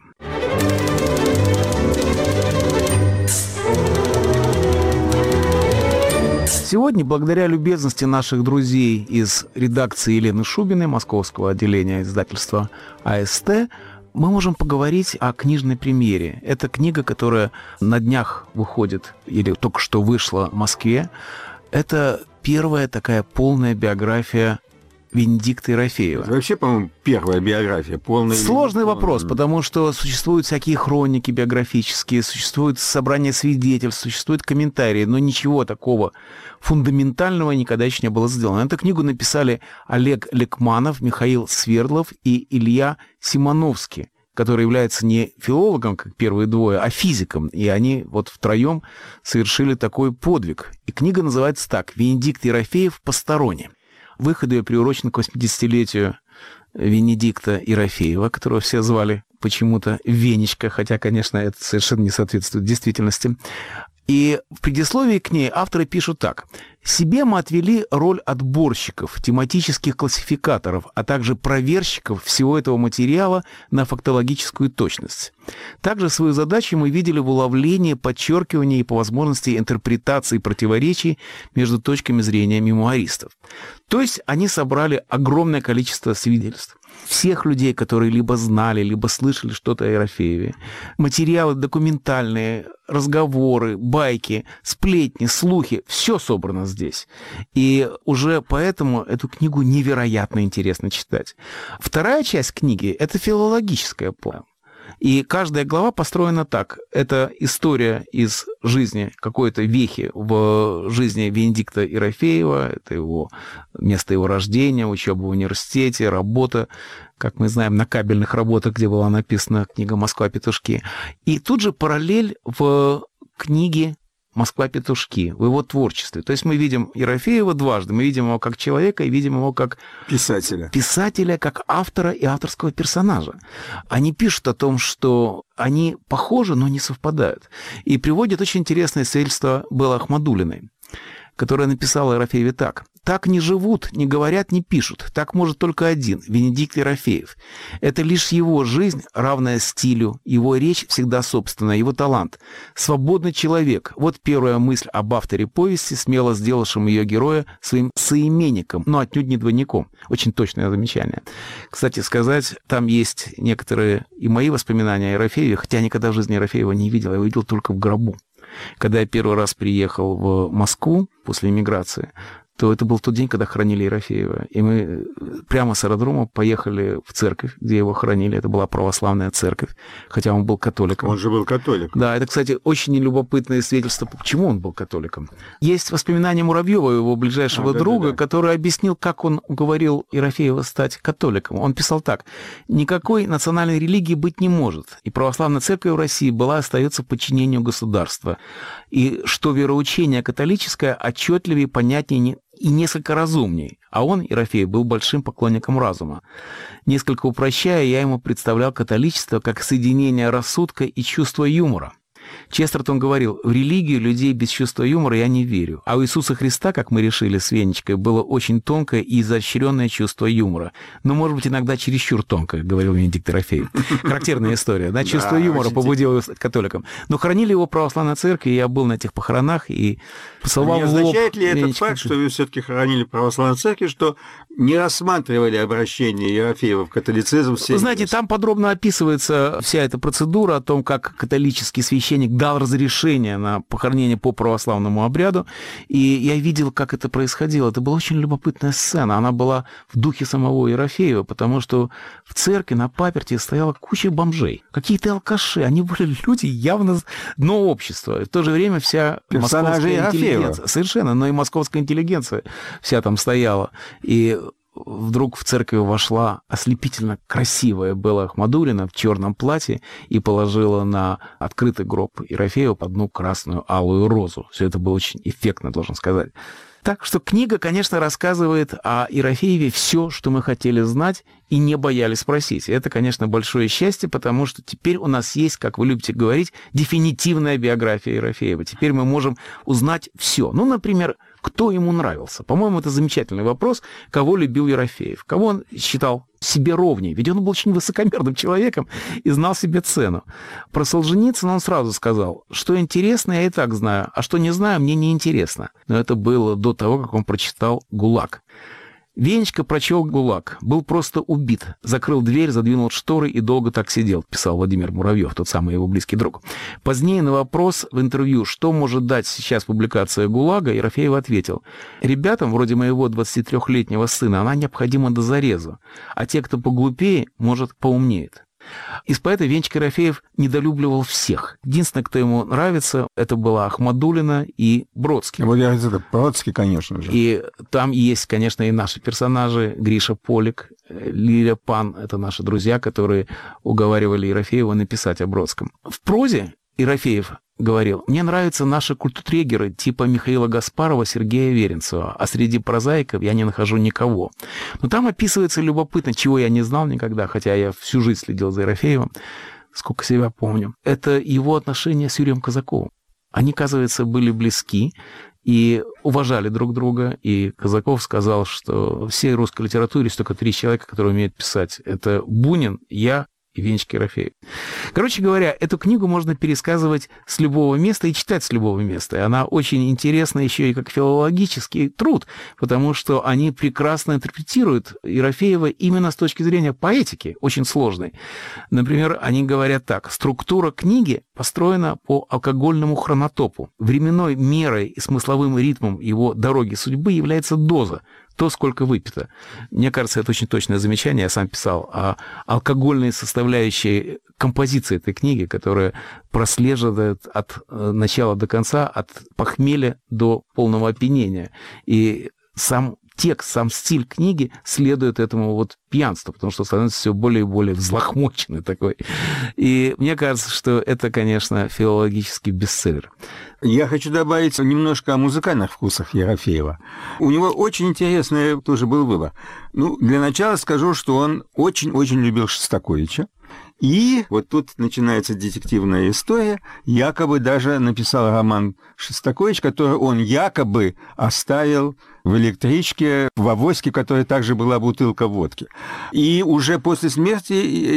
Сегодня, благодаря любезности наших друзей из редакции Елены Шубиной, московского отделения издательства АСТ, мы можем поговорить о книжной премьере. Это книга, которая на днях выходит, или только что вышла в Москве. Это первая такая полная биография Венедикта Ерофеева. Это вообще, по-моему, первая биография, полная. Сложный вопрос, потому что существуют всякие хроники биографические, существует собрание свидетельств, существуют комментарии, но ничего такого фундаментального никогда еще не было сделано. Эту книгу написали Олег Лекманов, Михаил Свердлов и Илья Симоновский, который является не филологом, как первые двое, а физиком. И они вот втроем совершили такой подвиг. И книга называется так: «Венедикт Ерофеев. Посторонне». Выход ее приурочен к 80-летию Венедикта Ерофеева, которого все звали почему-то Венечка, хотя, конечно, это совершенно не соответствует действительности. И в предисловии к ней авторы пишут так. «Себе мы отвели роль отборщиков, тематических классификаторов, а также проверщиков всего этого материала на фактологическую точность. Также свою задачу мы видели в уловлении, подчеркивании и, по возможности, интерпретации противоречий между точками зрения мемуаристов». То есть они собрали огромное количество свидетельств всех людей, которые либо знали, либо слышали что-то о Ерофееве. Материалы документальные, разговоры, байки, сплетни, слухи – все собрано здесь. И уже поэтому эту книгу невероятно интересно читать. Вторая часть книги – это филологическая полка. И каждая глава построена так. Это история из жизни, какой-то вехи в жизни Венедикта Ерофеева, это его место его рождения, учеба в университете, работа, как мы знаем, на кабельных работах, где была написана книга «Москва. Петушки». И тут же параллель в книге «Москва-петушки», в его творчестве. То есть мы видим Ерофеева дважды. Мы видим его как человека и видим его как писателя. Писателя, как автора и авторского персонажа. Они пишут о том, что они похожи, но не совпадают. И приводят очень интересное свидетельство Беллы Ахмадуллиной, которая написала Ерофееве так. «Так не живут, не говорят, не пишут. Так может только один, Венедикт Ерофеев. Это лишь его жизнь, равная стилю, его речь всегда собственная, его талант. Свободный человек. Вот первая мысль об авторе повести, смело сделавшем ее героя своим соименником, но отнюдь не двойником». Очень точное замечание. Кстати сказать, там есть некоторые и мои воспоминания о Ерофееве, хотя я никогда в жизни Ерофеева не видел, я его видел только в гробу. Когда я первый раз приехал в Москву после эмиграции, то это был тот день, когда хоронили Ерофеева. И мы прямо с аэродрома поехали в церковь, где его хоронили. Это была православная церковь, хотя он был католиком. Он же был католиком. Да, это, кстати, очень нелюбопытное свидетельство, почему он был католиком. Есть воспоминания Муравьева, его ближайшего друга, который объяснил, как он уговорил Ерофеева стать католиком. Он писал так. «Никакой национальной религии быть не может, и православная церковь в России была, остается подчинению государства. И что вероучение католическое отчетливее, понятнее и несколько разумней». А он, Ерофеев, был большим поклонником разума. Несколько упрощая, я ему представлял католичество как соединение рассудка и чувства юмора. Честертон говорил, в религию людей без чувства юмора я не верю. А у Иисуса Христа, как мы решили с Венечкой, было очень тонкое и изощренное чувство юмора. Но, может быть, иногда чересчур тонкое, говорил Венедикт Ерофеев. Характерная история, да? Чувство юмора побудило его стать католиком. Но хоронили его в православной церкви, и я был на этих похоронах, и поцеловал в лоб. Не означает ли этот факт, что вы все-таки хоронили в православной церкви, что не рассматривали обращение Ерофеева в католицизм? Вы знаете, там подробно описывается вся эта процедура о том, как католический священник дал разрешение на похоронение по православному обряду, и я видел, как это происходило. Это была очень любопытная сцена. Она была в духе самого Ерофеева, потому что в церкви на паперти стояла куча бомжей. Какие-то алкаши. Они были люди явно дно общества. И в то же время вся московская интеллигенция. Совершенно. Но и московская интеллигенция вся там стояла. И вдруг в церковь вошла ослепительно красивая Белла Ахмадуллина в черном платье и положила на открытый гроб Ерофеева одну красную алую розу. Все это было очень эффектно, должен сказать. Так что книга, конечно, рассказывает о Ерофееве все, что мы хотели знать и не боялись спросить. И это, конечно, большое счастье, потому что теперь у нас есть, как вы любите говорить, дефинитивная биография Ерофеева. Теперь мы можем узнать все. Ну, например, кто ему нравился? По-моему, это замечательный вопрос. Кого любил Ерофеев? Кого он считал себе ровней? Ведь он был очень высокомерным человеком и знал себе цену. Про Солженицына он сразу сказал, что интересно, я и так знаю, а что не знаю, мне не интересно. Но это было до того, как он прочитал «ГУЛАГ». Венечка прочел «ГУЛАГ», был просто убит, закрыл дверь, задвинул шторы и долго так сидел, писал Владимир Муравьев, тот самый его близкий друг. Позднее на вопрос в интервью, что может дать сейчас публикация «ГУЛАГа», Ерофеев ответил, ребятам, вроде моего 23-летнего сына, она необходима до зарезу, а те, кто поглупее, может, поумнеет. Из поэта Венечка Ерофеев недолюбливал всех. Единственное, кто ему нравится, это была Ахмадуллина и Бродский. Вот я это Бродский, конечно же. И там есть, конечно, и наши персонажи. Гриша Полик, Лиля Пан — это наши друзья, которые уговаривали Ерофеева написать о Бродском. В прозе Ерофеев говорил, мне нравятся наши культурегеры типа Михаила Гаспарова, Сергея Веренцева, а среди прозаиков я не нахожу никого. Но там описывается любопытно, чего я не знал никогда, хотя я всю жизнь следил за Ерофеевым, сколько себя помню. Это его отношения с Юрием Казаковым. Они, оказывается, были близки и уважали друг друга, и Казаков сказал, что в всей русской литературе есть только 3 человека, которые умеют писать. Это Бунин, я и Венечка Ерофеев. Короче говоря, эту книгу можно пересказывать с любого места и читать с любого места. И она очень интересна еще и как филологический труд, потому что они прекрасно интерпретируют Ерофеева именно с точки зрения поэтики, очень сложной. Например, они говорят так. Структура книги построена по алкогольному хронотопу. Временной мерой и смысловым ритмом его «Дороги судьбы» является доза. То, сколько выпито. Мне кажется, это очень точное замечание, я сам писал, о алкогольной составляющей композиции этой книги, которая прослеживает от начала до конца, от похмелья до полного опьянения. И сам текст, сам стиль книги следует этому вот пьянству, потому что становится все более и более взлохмоченный такой. И мне кажется, что это, конечно, филологический бестселлер. Я хочу добавить немножко о музыкальных вкусах Ерофеева. У него очень интересный тоже был выбор. Ну, для начала скажу, что он очень-очень любил Шостаковича. И вот тут начинается детективная история. Якобы даже написал роман Шостакович, который он якобы оставил в электричке, в авоське, в которой также была бутылка водки. И уже после смерти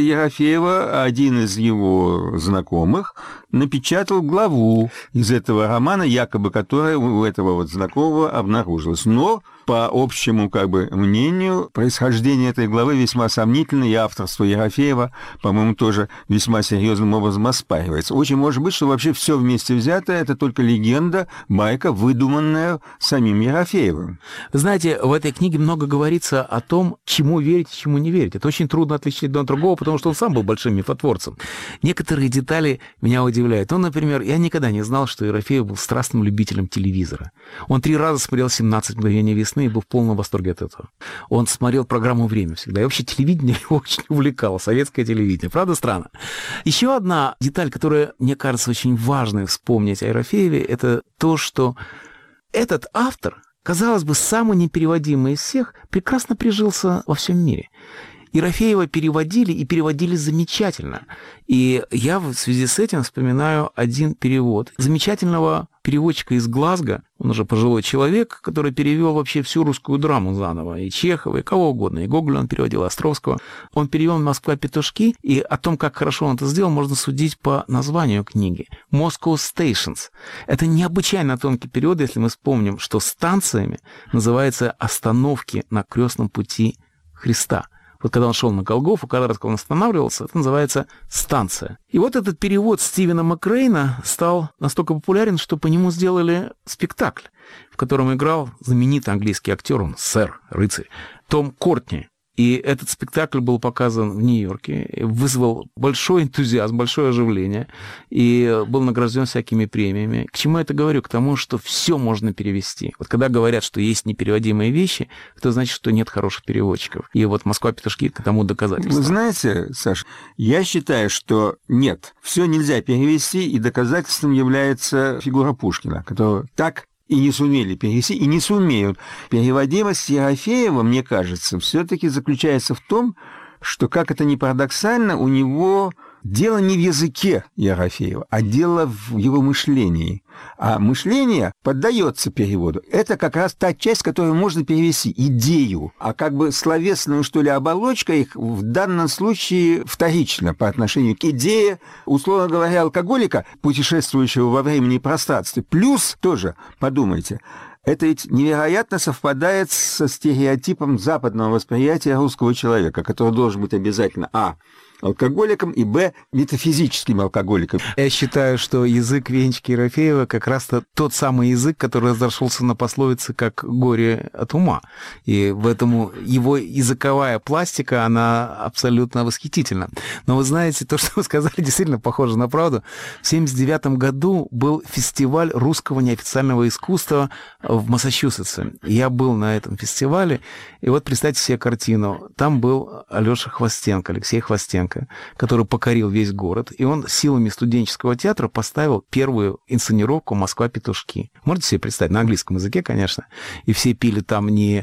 Ерофеева один из его знакомых напечатал главу из этого романа, якобы которая у этого вот знакомого обнаружилась. Но по общему мнению, происхождение этой главы весьма сомнительно, и авторство Ерофеева, по-моему, тоже весьма серьезным образом оспаривается. Очень может быть, что вообще все вместе взятое – это только легенда, байка, выдуманная самим Ерофеевым. Знаете, в этой книге много говорится о том, чему верить и чему не верить. Это очень трудно отличить одно от другого, потому что он сам был большим мифотворцем. Некоторые детали меня удивляют. Например, я никогда не знал, что Ерофеев был страстным любителем телевизора. Он 3 раза смотрел «17 мгновений весны» и был в полном восторге от этого. Он смотрел программу «Время» всегда. И вообще телевидение его очень увлекало, советское телевидение. Правда, странно? Еще одна деталь, которая, мне кажется, очень важной вспомнить о Ерофееве, это то, что этот автор, казалось бы, самый непереводимый из всех, прекрасно прижился во всем мире. Ерофеева переводили, и переводили замечательно. И я в связи с этим вспоминаю один перевод замечательного переводчика из Глазго, он уже пожилой человек, который перевел вообще всю русскую драму заново, и Чехова, и кого угодно, и Гоголя он переводил, и Островского. Он перевел «Москва-петушки», и о том, как хорошо он это сделал, можно судить по названию книги «Moscow Stations». Это необычайно тонкий перевод, если мы вспомним, что станциями называются остановки на крестном пути Христа. Вот когда он шел на Голгофу, когда он останавливался, это называется станция. И вот этот перевод Стивена Маккрейна стал настолько популярен, что по нему сделали спектакль, в котором играл знаменитый английский актер, он сэр, рыцарь, Том Кортни. И этот спектакль был показан в Нью-Йорке, вызвал большой энтузиазм, большое оживление, и был награжден всякими премиями. К чему я это говорю? К тому, что все можно перевести. Вот когда говорят, что есть непереводимые вещи, это значит, что нет хороших переводчиков. И вот «Москва-петушки» к тому доказательство. Вы знаете, Саша, я считаю, что нет, все нельзя перевести, и доказательством является фигура Пушкина, которого так и не сумели перевести, и не сумеют. Переводимость Ерофеева, мне кажется, все-таки заключается в том, что, как это ни парадоксально, у него дело не в языке Ерофеева, а дело в его мышлении. А мышление поддается переводу. Это как раз та часть, которую можно перевести, идею. А словесную, что ли, оболочка их в данном случае вторична по отношению к идее, условно говоря, алкоголика, путешествующего во времени и пространстве. Плюс тоже, подумайте, это ведь невероятно совпадает со стереотипом западного восприятия русского человека, который должен быть обязательно алкоголиком и метафизическим алкоголиком. Я считаю, что язык Венечки Ерофеева как раз тот самый язык, который разошелся на пословице как горе от ума. И в этом его языковая пластика, она абсолютно восхитительна. Но вы знаете, то, что вы сказали, действительно похоже на правду. В 1979 году был фестиваль русского неофициального искусства в Массачусетсе. Я был на этом фестивале, и вот представьте себе картину. Там был Алексей Хвостенко, который покорил весь город, и он силами студенческого театра поставил первую инсценировку «Москва-петушки». Можете себе представить? На английском языке, конечно. И все пили там не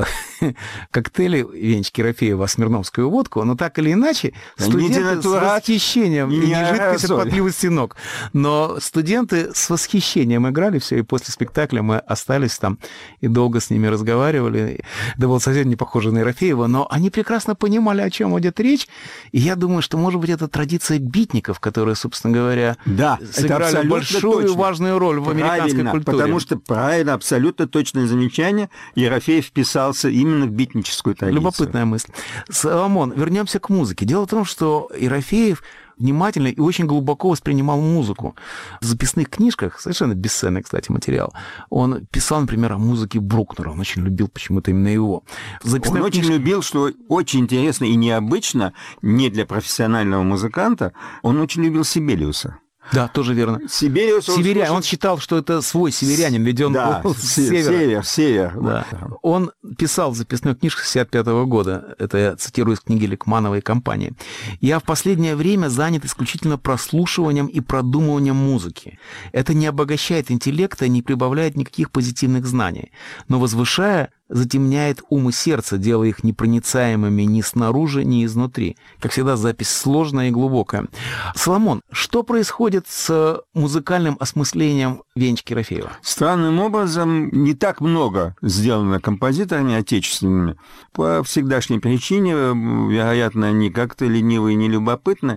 коктейли Венечки Ерофеева, а смирновскую водку, но так или иначе студенты с восхищением, не жидкость от потливости ног, но студенты с восхищением играли все, и после спектакля мы остались там и долго с ними разговаривали. Это было совсем не похоже на Ерофеева, но они прекрасно понимали, о чем идет речь, и я думаю, что, может быть, это традиция битников, которые, собственно говоря, сыграли большую важную роль в американской культуре. Потому что, правильно, абсолютно точное замечание, Ерофеев писал именно в битническую традицию. Любопытная мысль. Соломон, вернемся к музыке. Дело в том, что Ерофеев внимательно и очень глубоко воспринимал музыку. В записных книжках, совершенно бесценный, кстати, материал, он писал, например, о музыке Брукнера. Он очень любил почему-то именно его. Он очень любил, что очень интересно и необычно, не для профессионального музыканта, он очень любил Сибелиуса. Да, тоже верно. Сибирян. Он считал, что это свой северянин, ведь он был с севера. Север. Да. Он писал в записной книжке 1965 года. Это я цитирую из книги Ликмановой компании. «Я в последнее время занят исключительно прослушиванием и продумыванием музыки. Это не обогащает интеллекта, не прибавляет никаких позитивных знаний, но, возвышая, затемняет ум и сердце, делая их непроницаемыми ни снаружи, ни изнутри». Как всегда, запись сложная и глубокая. Соломон, что происходит с музыкальным осмыслением Венечки Ерофеева? Странным образом, не так много сделано композиторами отечественными. По всегдашней причине, вероятно, они как-то ленивые и нелюбопытны,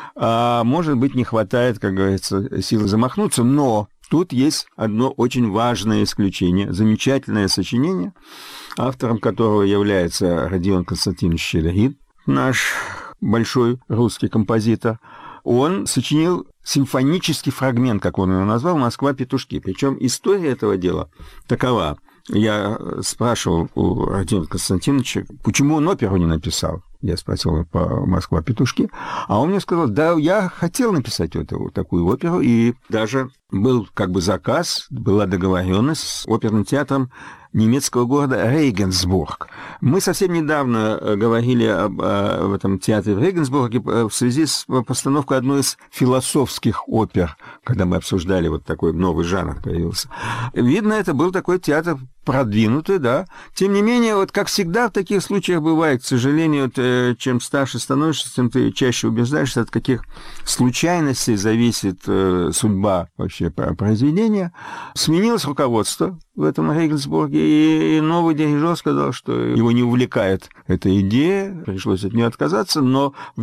а может быть, не хватает, как говорится, сил замахнуться, но тут есть одно очень важное исключение, замечательное сочинение, автором которого является Родион Константинович Щедрин, наш большой русский композитор. Он сочинил симфонический фрагмент, как он его назвал, «Москва-петушки». Причем история этого дела такова. Я спрашивал у Родиона Константиновича, почему он оперу не написал. Я спросил его по «Москва-петушки», а он мне сказал, да, я хотел написать такую оперу, и даже был как бы заказ, была договоренность с оперным театром немецкого города Регенсбург. Мы совсем недавно говорили об этом театре в Регенсбурге в связи с постановкой одной из философских опер, когда мы обсуждали вот такой новый жанр появился. Видно, это был такой театр продвинутый, да. Тем не менее, вот как всегда в таких случаях бывает, к сожалению, чем старше становишься, тем ты чаще убеждаешься, от каких случайностей зависит судьба вообще произведения. Сменилось руководство в этом Регенсбурге, и новый дирижер сказал, что его не увлекает эта идея, пришлось от нее отказаться, но в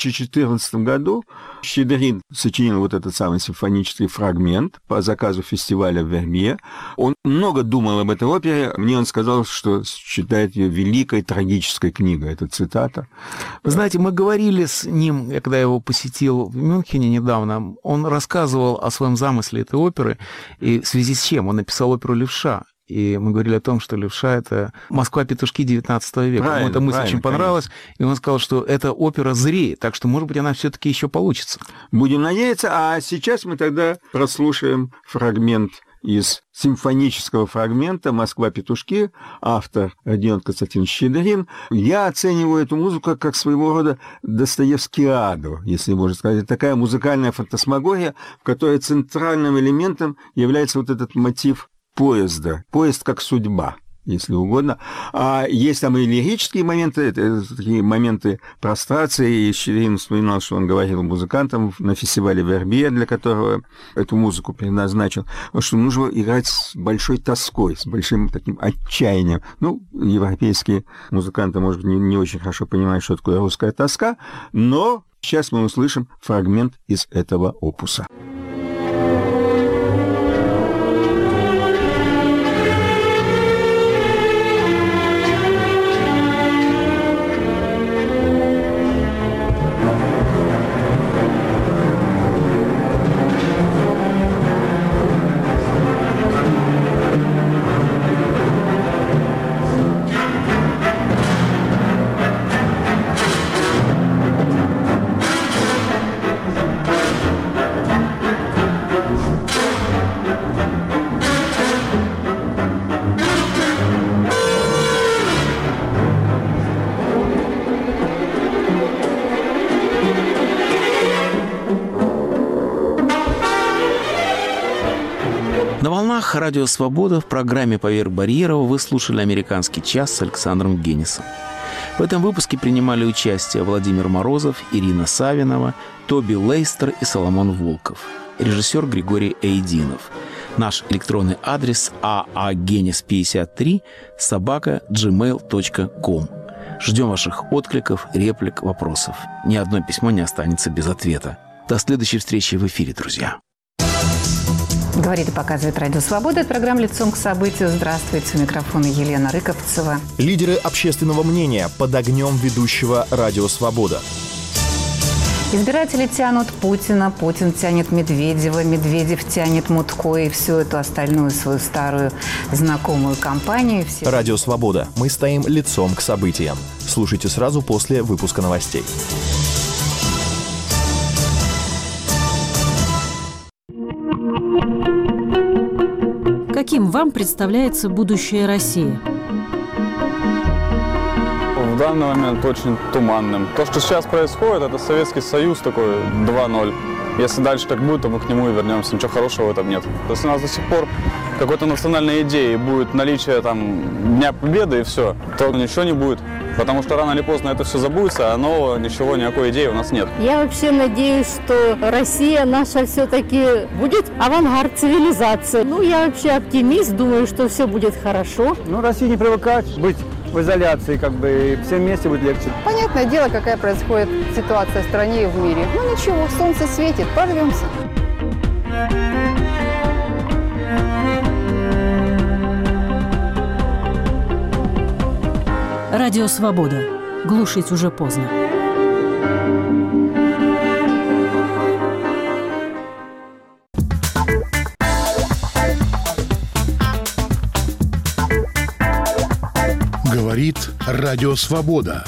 2014 году Щедрин сочинил вот этот самый симфонический фрагмент по заказу фестиваля в Вербье. Он много думал об этой опере, мне он сказал, что считает ее великой трагической книгой, это цитата. Вы знаете, мы говорили с ним, я когда его посетил в Мюнхене недавно, он рассказывал о своем замысле этой оперы, и в связи с чем он написал оперу «Левша». И мы говорили о том, что «Левша» — это «Москва-петушки» XIX века. Ему эта мысль очень понравилась, конечно. И он сказал, что эта опера зреет, так что, может быть, она все-таки еще получится. Будем надеяться, а сейчас мы тогда прослушаем фрагмент из симфонического фрагмента «Москва-петушки», автор Родион Константинович Щедрин. Я оцениваю эту музыку как своего рода Достоевскиаду, если можно сказать. Это такая музыкальная фантасмагория, в которой центральным элементом является вот этот мотив поезда. Поезд как судьба, если угодно. А есть там и лирические моменты, это такие моменты прострации. И Щедрин вспоминал, что он говорил музыкантам на фестивале Вербье, для которого эту музыку предназначил, что нужно играть с большой тоской, с большим таким отчаянием. Ну, европейские музыканты, может быть, не очень хорошо понимают, что такое русская тоска, но сейчас мы услышим фрагмент из этого опуса. На волнах Радио Свобода в программе «Поверх барьеров» вы слушали «Американский час» с Александром Генисом. В этом выпуске принимали участие Владимир Морозов, Ирина Савинова, Тоби Лейстер и Соломон Волков. Режиссер Григорий Эйдинов. Наш электронный адрес aagenis53@gmail.com. Ждем ваших откликов, реплик, вопросов. Ни одно письмо не останется без ответа. До следующей встречи в эфире, друзья. Говорит и показывает Радио Свобода. Это программа «Лицом к событию». Здравствуйте. У микрофона Елена Рыковцева. Лидеры общественного мнения под огнем ведущего Радио Свобода. Избиратели тянут Путина, Путин тянет Медведева, Медведев тянет Мутко и всю эту остальную свою старую знакомую компанию. Радио Свобода. Мы стоим лицом к событиям. Слушайте сразу после выпуска новостей. Каким вам представляется будущее России? В данный момент очень туманным. То, что сейчас происходит, это Советский Союз такой 2.0. Если дальше так будет, то мы к нему и вернемся. Ничего хорошего в этом нет. Если у нас до сих пор какой-то национальной идеи будет наличие там Дня Победы и все, то ничего не будет. Потому что рано или поздно это все забудется, а нового ничего, никакой идеи у нас нет. Я вообще надеюсь, что Россия наша все-таки будет авангард цивилизации. Я вообще оптимист, думаю, что все будет хорошо. России не привыкать быть в изоляции, и всем вместе будет легче. Понятное дело, какая происходит ситуация в стране и в мире. Ничего, солнце светит, прорвемся. Радио «Свобода». Глушить уже поздно. Говорит Радио «Свобода».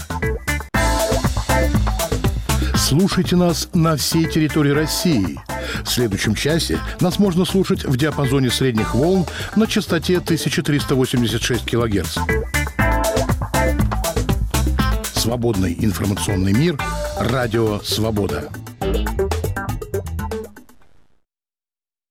Слушайте нас на всей территории России. В следующем часе нас можно слушать в диапазоне средних волн на частоте 1386 кГц. Свободный информационный мир. Радио «Свобода».